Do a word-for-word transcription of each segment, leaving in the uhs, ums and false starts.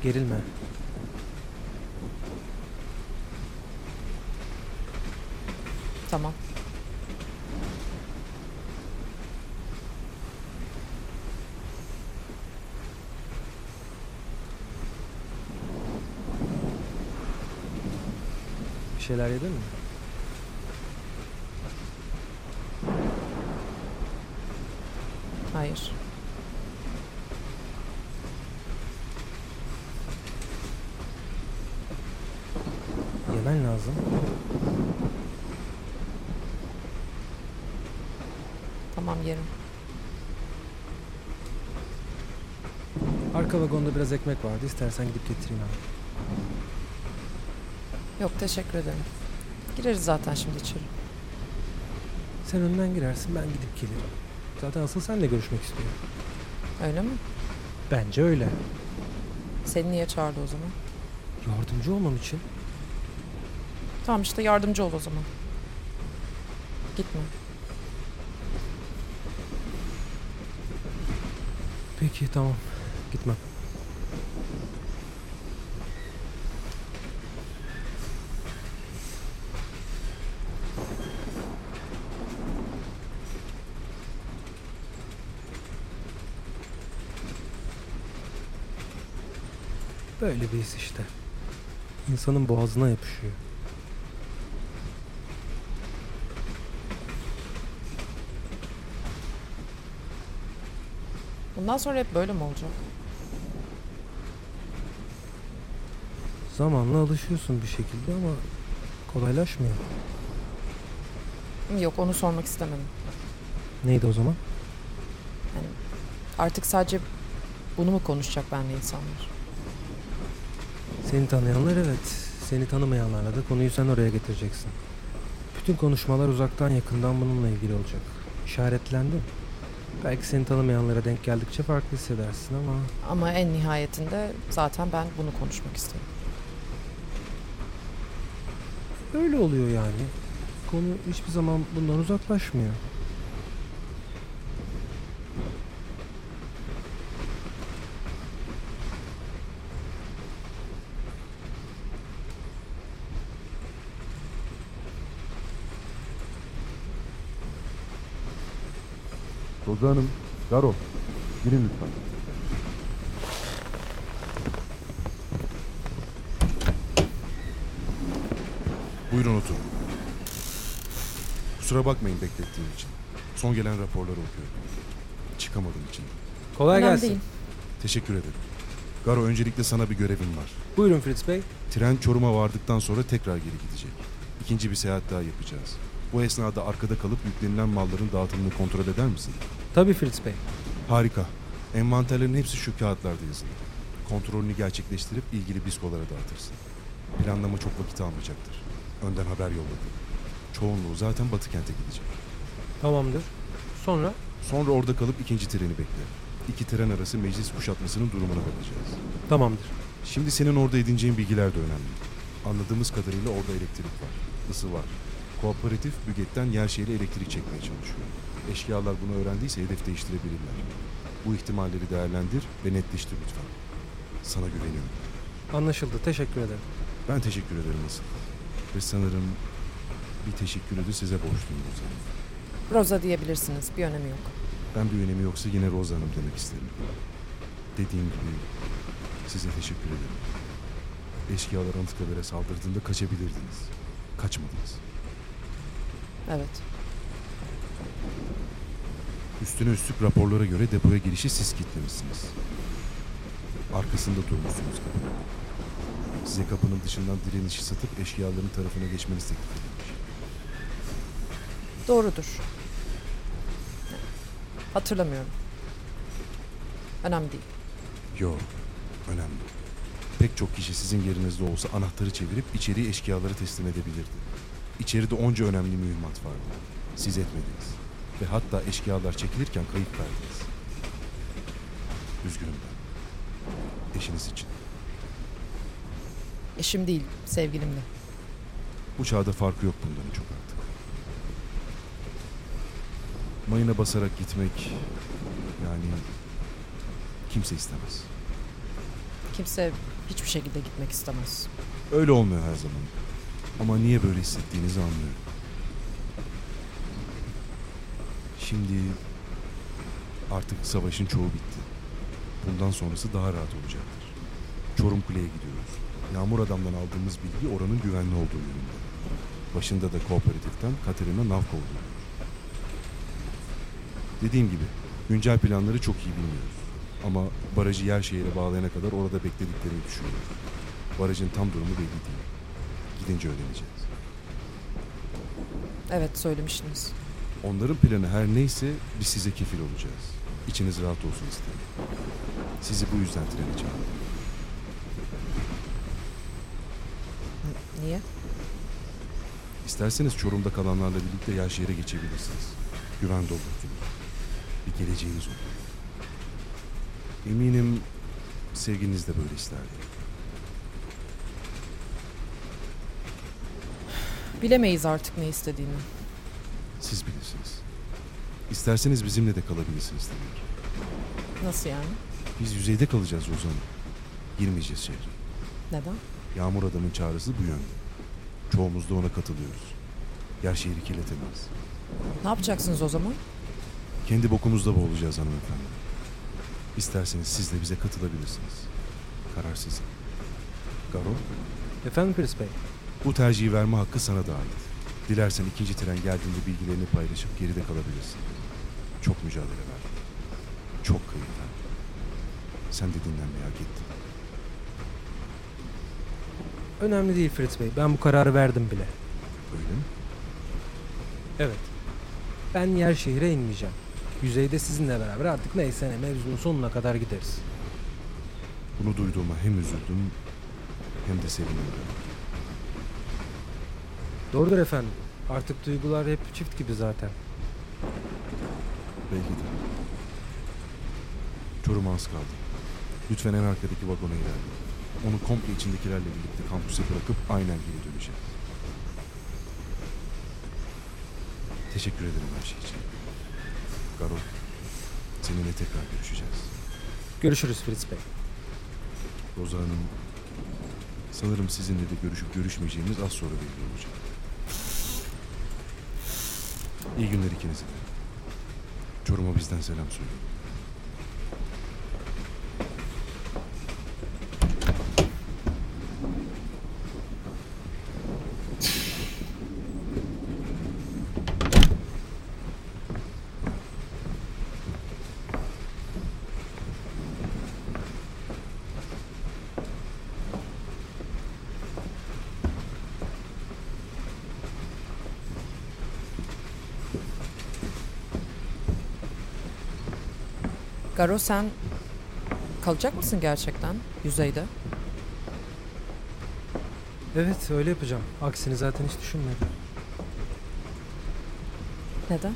Gerilme. Tamam. Bir şeyler yedin mi? Hayır. Yemen lazım. Tamam, yerim. Arka vagonda biraz ekmek vardı. İstersen gidip getireyim abi. Yok, teşekkür ederim. Gireriz zaten şimdi içeri. Sen önden girersin, ben gidip gelirim. Zaten asıl senle görüşmek istiyor. Öyle mi? Bence öyle. Seni niye çağırdı o zaman? Yardımcı olmam için. Tamam işte, yardımcı ol o zaman. Gitme. Peki tamam. Gitmem. Böyle bir his işte. İnsanın boğazına yapışıyor. Bundan sonra hep böyle mi olacak? Zamanla alışıyorsun bir şekilde ama kolaylaşmıyor. Yok, onu sormak istemedim. Neydi o zaman? Yani artık sadece bunu mu konuşacak benimle insanlar? Seni tanıyanlar evet. Seni tanımayanlarla da konuyu sen oraya getireceksin. Bütün konuşmalar uzaktan yakından bununla ilgili olacak. İşaretlendi. Belki seni tanımayanlara denk geldikçe farklı hissedersin ama... Ama en nihayetinde zaten ben bunu konuşmak istiyorum. Öyle oluyor yani. Konu hiçbir zaman bundan uzaklaşmıyor. Roza Hanım, Garo, girin lütfen. Buyurun oturun. Kusura bakmayın beklettiğim için. Son gelen raporları okuyorum. Çıkamadım için. Kolay Önemli gelsin. değil. Teşekkür ederim. Garo, öncelikle sana bir görevim var. Buyurun Fritz Bey. Tren Çorum'a vardıktan sonra tekrar geri gidecek. İkinci bir seyahat daha yapacağız. Bu esnada arkada kalıp yüklenilen malların dağıtımını kontrol eder misin? Tabii Fritz Bey. Harika. Envanterlerin hepsi şu kağıtlarda yazılı. Kontrolünü gerçekleştirip ilgili biskolara dağıtırsın. Planlama çok vakit almayacaktır. Önden haber yolladım. Çoğunluğu zaten Batı kente gidecek. Tamamdır. Sonra? Sonra orada kalıp ikinci treni bekle. İki tren arası meclis kuşatmasının durumuna bakacağız. Tamamdır. Şimdi senin orada edineceğin bilgiler de önemli. Anladığımız kadarıyla orada elektrik var, ısı var. Kooperatif Büget'ten yer şehri elektrik çekmeye çalışıyor. Eşkıyalar bunu öğrendiyse hedef değiştirebilirler. Bu ihtimalleri değerlendir ve netleştir lütfen. Sana güveniyorum. Anlaşıldı. Teşekkür ederim. Ben teşekkür ederim asıl. Ve sanırım bir teşekkürü de size borçluyum Roza Hanım. Roza diyebilirsiniz. Bir önemi yok. Ben bir önemi yoksa yine Roza Hanım demek isterim. Dediğim gibi size teşekkür ederim. Eşkıyalar Anıtkabir'e saldırdığında kaçabilirdiniz. Kaçmadınız. Evet. Üstüne üstlük raporlara göre depoya girişi siz kilitlemişsiniz. Arkasında durmuşsunuz kapının. Size kapının dışından direnişi satıp eşkıyaların tarafına geçmeniz teklif edilmiş. Doğrudur. Hatırlamıyorum. Önemli değil. Yok, önemli. Pek çok kişi sizin yerinizde olsa anahtarı çevirip içeriye eşkıyaları teslim edebilirdi. İçeride onca önemli mühimmat vardı. Siz etmediniz. Ve hatta eşkıyalar çekilirken kayıp verdiniz. Üzgünüm ben. Eşiniz için. Eşim değil, sevgilimle. Bu çağda farkı yok bundan çok artık. Mayına basarak gitmek, yani kimse istemez. Kimse hiçbir şekilde gitmek istemez. Öyle olmuyor her zaman. Ama niye böyle hissettiğinizi anlıyorum. Şimdi artık savaşın çoğu bitti. Bundan sonrası daha rahat olacaktır. Çorum Kule'ye gidiyoruz. Yağmur Adam'dan aldığımız bilgi oranın güvenli olduğu yönünde. Başında da kooperatiften Katerina Navka olduğu. Dediğim gibi güncel planları çok iyi bilmiyoruz. Ama barajı Yerşehir'e bağlayana kadar orada beklediklerini düşünüyoruz. Barajın tam durumu belli değil. Gidince öğreneceğiz. Evet, söylemiştiniz. Onların planı her neyse biz size kefil olacağız. İçiniz rahat olsun isterim. Sizi bu yüzden trene çağırdım. N- niye? İsterseniz Çorum'da kalanlarla birlikte Yerşehir'e geçebilirsiniz. Güvende olursunuz. Bir geleceğiniz olur. Eminim sevginiz de böyle isterdi. Bilemeyiz artık ne istediğini. Siz bilirsiniz. İsterseniz bizimle de kalabilirsiniz tabii ki. Nasıl yani? Biz yüzeyde kalacağız Rozan. Girmeyeceğiz şehre. Neden? Yağmur Adam'ın çağrısı bu yönde. Çoğumuz da ona katılıyoruz. Yerşehir'i kirletemeyiz. Ne yapacaksınız o zaman? Kendi bokumuzda boğulacağız hanımefendi. İsterseniz siz de bize katılabilirsiniz. Karar sizin. Garo, Efendim Chris Bey? bu tercihi verme hakkı sana da ait. Dilersen ikinci tren geldiğinde bilgilerini paylaşıp geride kalabilirsin. Çok mücadele verdin. Çok kayıp verdin. Sen de dinlenmeyi hak ettin. Önemli değil Fritz Bey. Ben bu kararı verdim bile. Öyle mi? Evet. Ben Yerşehir'e inmeyeceğim. Yüzeyde sizinle beraber artık neyse ne mevzunun sonuna kadar gideriz. Bunu duyduğuma hem üzüldüm hem de sevindim. Doğrudur efendim. Artık duygular hep çift gibi zaten. Belki de. Çorum'a az kaldı. Lütfen en arkadaki vagona ilerleyin. Onu komple içindekilerle birlikte kampüse bırakıp aynen geri döneceğiz. Teşekkür ederim her şey için. Garo, seninle tekrar görüşeceğiz. Görüşürüz Fritz Bey. Roza Hanım, sanırım sizinle de görüşüp görüşmeyeceğimiz az sonra belli olacak. İyi günler ikinize de. Çorum'a bizden selam söyleyin. Garo, sen kalacak mısın gerçekten yüzeyde? Evet öyle yapacağım. Aksini zaten hiç düşünmedim. Neden?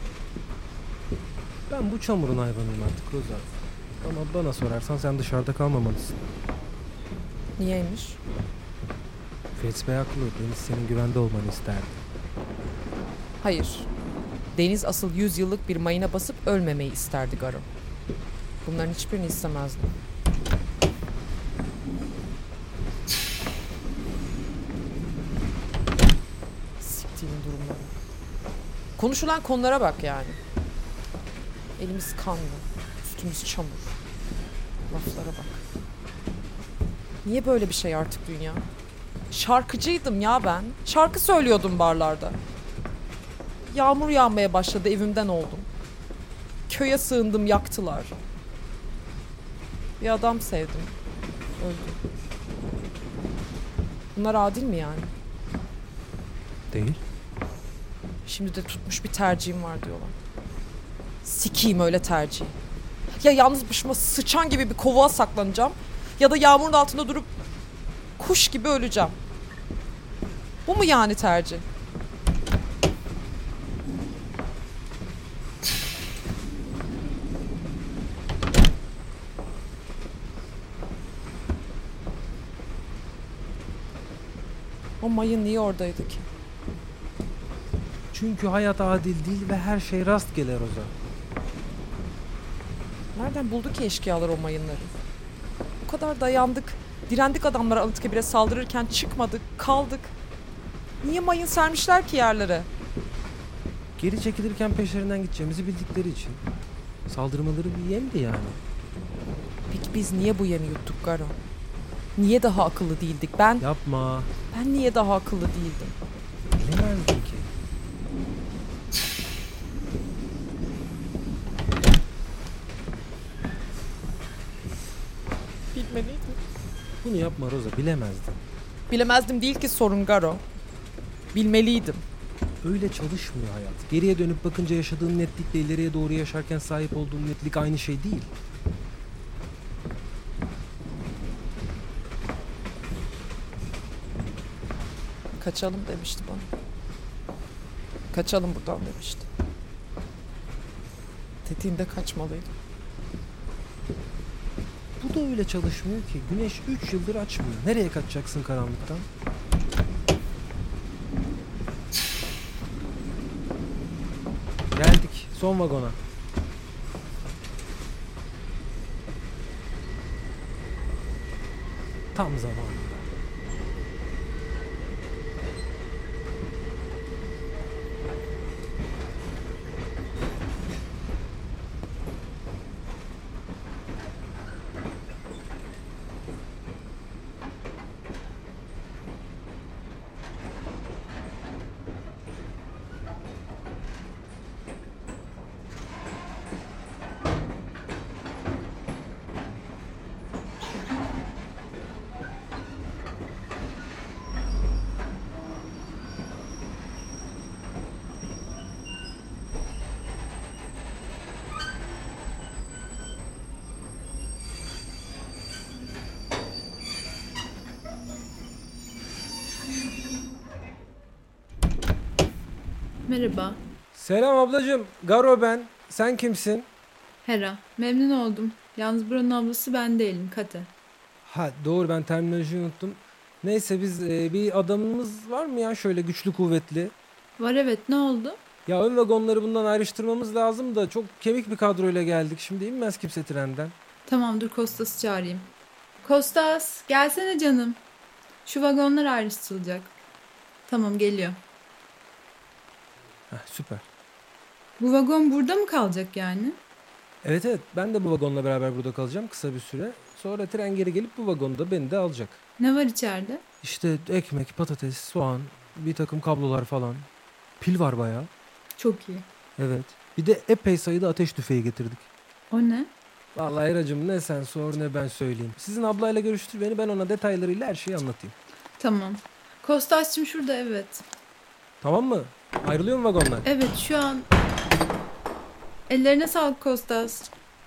Ben bu çamurun hayvanıyım artık Roza. Ama bana sorarsan sen dışarıda kalmamalısın. Niyeymiş? Fritz Bey haklı. Deniz senin güvende olmanı isterdi. Hayır. Deniz asıl yüz yıllık bir mayına basıp ölmemeyi isterdi Garo. Bunların hiçbirini istemezdim. Siktiğin durumları. Konuşulan konulara bak yani. Elimiz kanlı, üstümüz çamur. Laflara bak. Niye böyle bir şey artık dünya? Şarkıcıydım ya ben. Şarkı söylüyordum barlarda. Yağmur yağmaya başladı, evimden oldum. Köye sığındım, yaktılar. Bir adam sevdim. Öldü. Bunlar adil mi yani? Değil. Şimdi de tutmuş bir tercihim var diyorlar. Sikiyim öyle tercihi. Ya yalnız başıma sıçan gibi bir kovuğa saklanacağım ya da yağmurun altında durup kuş gibi öleceğim. Bu mu yani tercih? O mayın niye oradaydı ki? Çünkü hayat adil değil ve her şey rastgele Roza. Nereden buldu ki eşkıyalar o mayınları? Bu kadar dayandık. Direndik adamlara Anıtkabir'e saldırırken çıkmadık, kaldık. Niye mayın sermişler ki yerlere? Geri çekilirken peşlerinden gideceğimizi bildikleri için. Saldırmaları bir yemdi yani. Peki biz niye bu yemi yuttuk Garo? Niye daha akıllı değildik? Ben Yapma. ben niye daha akıllı değildim? Bilemezdim ki. Bilmeliydim. Bunu yapma Roza, bilemezdim. Bilemezdim değil ki sorun Garo. Bilmeliydim. Öyle çalışmıyor hayat. Geriye dönüp bakınca yaşadığın netlikle ileriye doğru yaşarken sahip olduğun netlik aynı şey değil. Kaçalım demişti bana. Kaçalım buradan demişti. Tetiğinde kaçmalıydım. Bu da öyle çalışmıyor ki. Güneş üç yıldır açmıyor. Nereye kaçacaksın karanlıktan? Geldik son vagona. Tam zamanında. Merhaba. Selam ablacığım. Garo ben. Sen kimsin? Hera. Memnun oldum. Yalnız buranın ablası ben değilim. Kate. Ha doğru, ben terminolojiyi unuttum. Neyse biz e, bir adamımız var mı ya şöyle güçlü kuvvetli? Var evet, ne oldu? Ya ön vagonları bundan ayrıştırmamız lazım da çok kemik bir kadroyla geldik. Şimdi inmez kimse trenden. Tamam, dur Kostas'ı çağırayım. Kostas gelsene canım. Şu vagonlar ayrıştırılacak. Tamam, geliyor. Heh, süper. Bu vagon burada mı kalacak yani? Evet evet, ben de bu vagonla beraber burada kalacağım kısa bir süre. Sonra tren geri gelip bu vagonda beni de alacak. Ne var içeride? İşte ekmek, patates, soğan, bir takım kablolar falan. Pil var bayağı. Çok iyi. Evet. Bir de epey sayıda ateş tüfeği getirdik. O ne? Vallahi Eracığım, ne sen sor ne ben söyleyeyim. Sizin ablayla görüştür beni, ben ona detaylarıyla her şeyi anlatayım. Tamam. Kostas'cığım şurada, evet. Tamam mı? Ayrılıyor mu vagonlar? Evet şu an... Ellerine sağlık Kostas.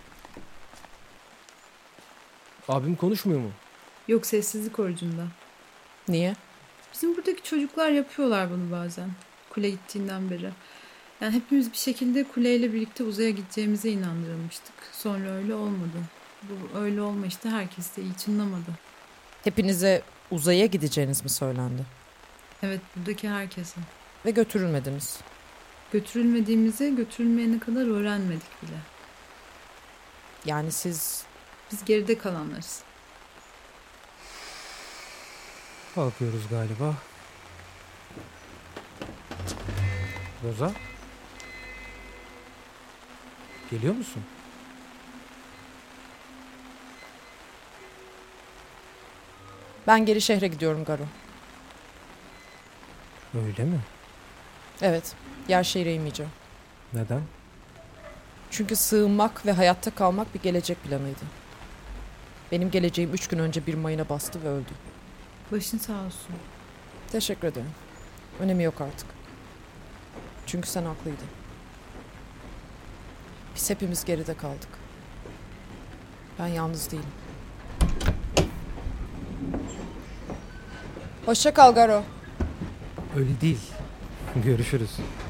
Abim konuşmuyor mu? Yok, sessizlik orucunda. Niye? Bizim buradaki çocuklar yapıyorlar bunu bazen. Kule gittiğinden beri. Yani hepimiz bir şekilde kuleyle birlikte uzaya gideceğimize inandırılmıştık. Sonra öyle olmadı. Bu öyle olma işte, herkes de iyi çınlamadı. Hepinize uzaya gideceğiniz mi söylendi? Evet, buradaki herkese. Ve götürülmediniz. Götürülmediğimizi götürülmeyene kadar öğrenmedik bile. Yani siz Biz geride kalanlarız. Kalkıyoruz galiba. Roza? Geliyor musun? ben geri şehre gidiyorum Garo. Öyle mi? Evet, yer şehre inmeyeceğim. Neden? Çünkü sığınmak ve hayatta kalmak bir gelecek planıydı. Benim geleceğim üç gün önce bir mayına bastı ve öldü. Başın sağ olsun. Teşekkür ederim. Önemi yok artık. Çünkü sen haklıydın. Biz hepimiz geride kaldık. Ben yalnız değilim. Hoşça kal Garo. Öyle değil. Görüşürüz.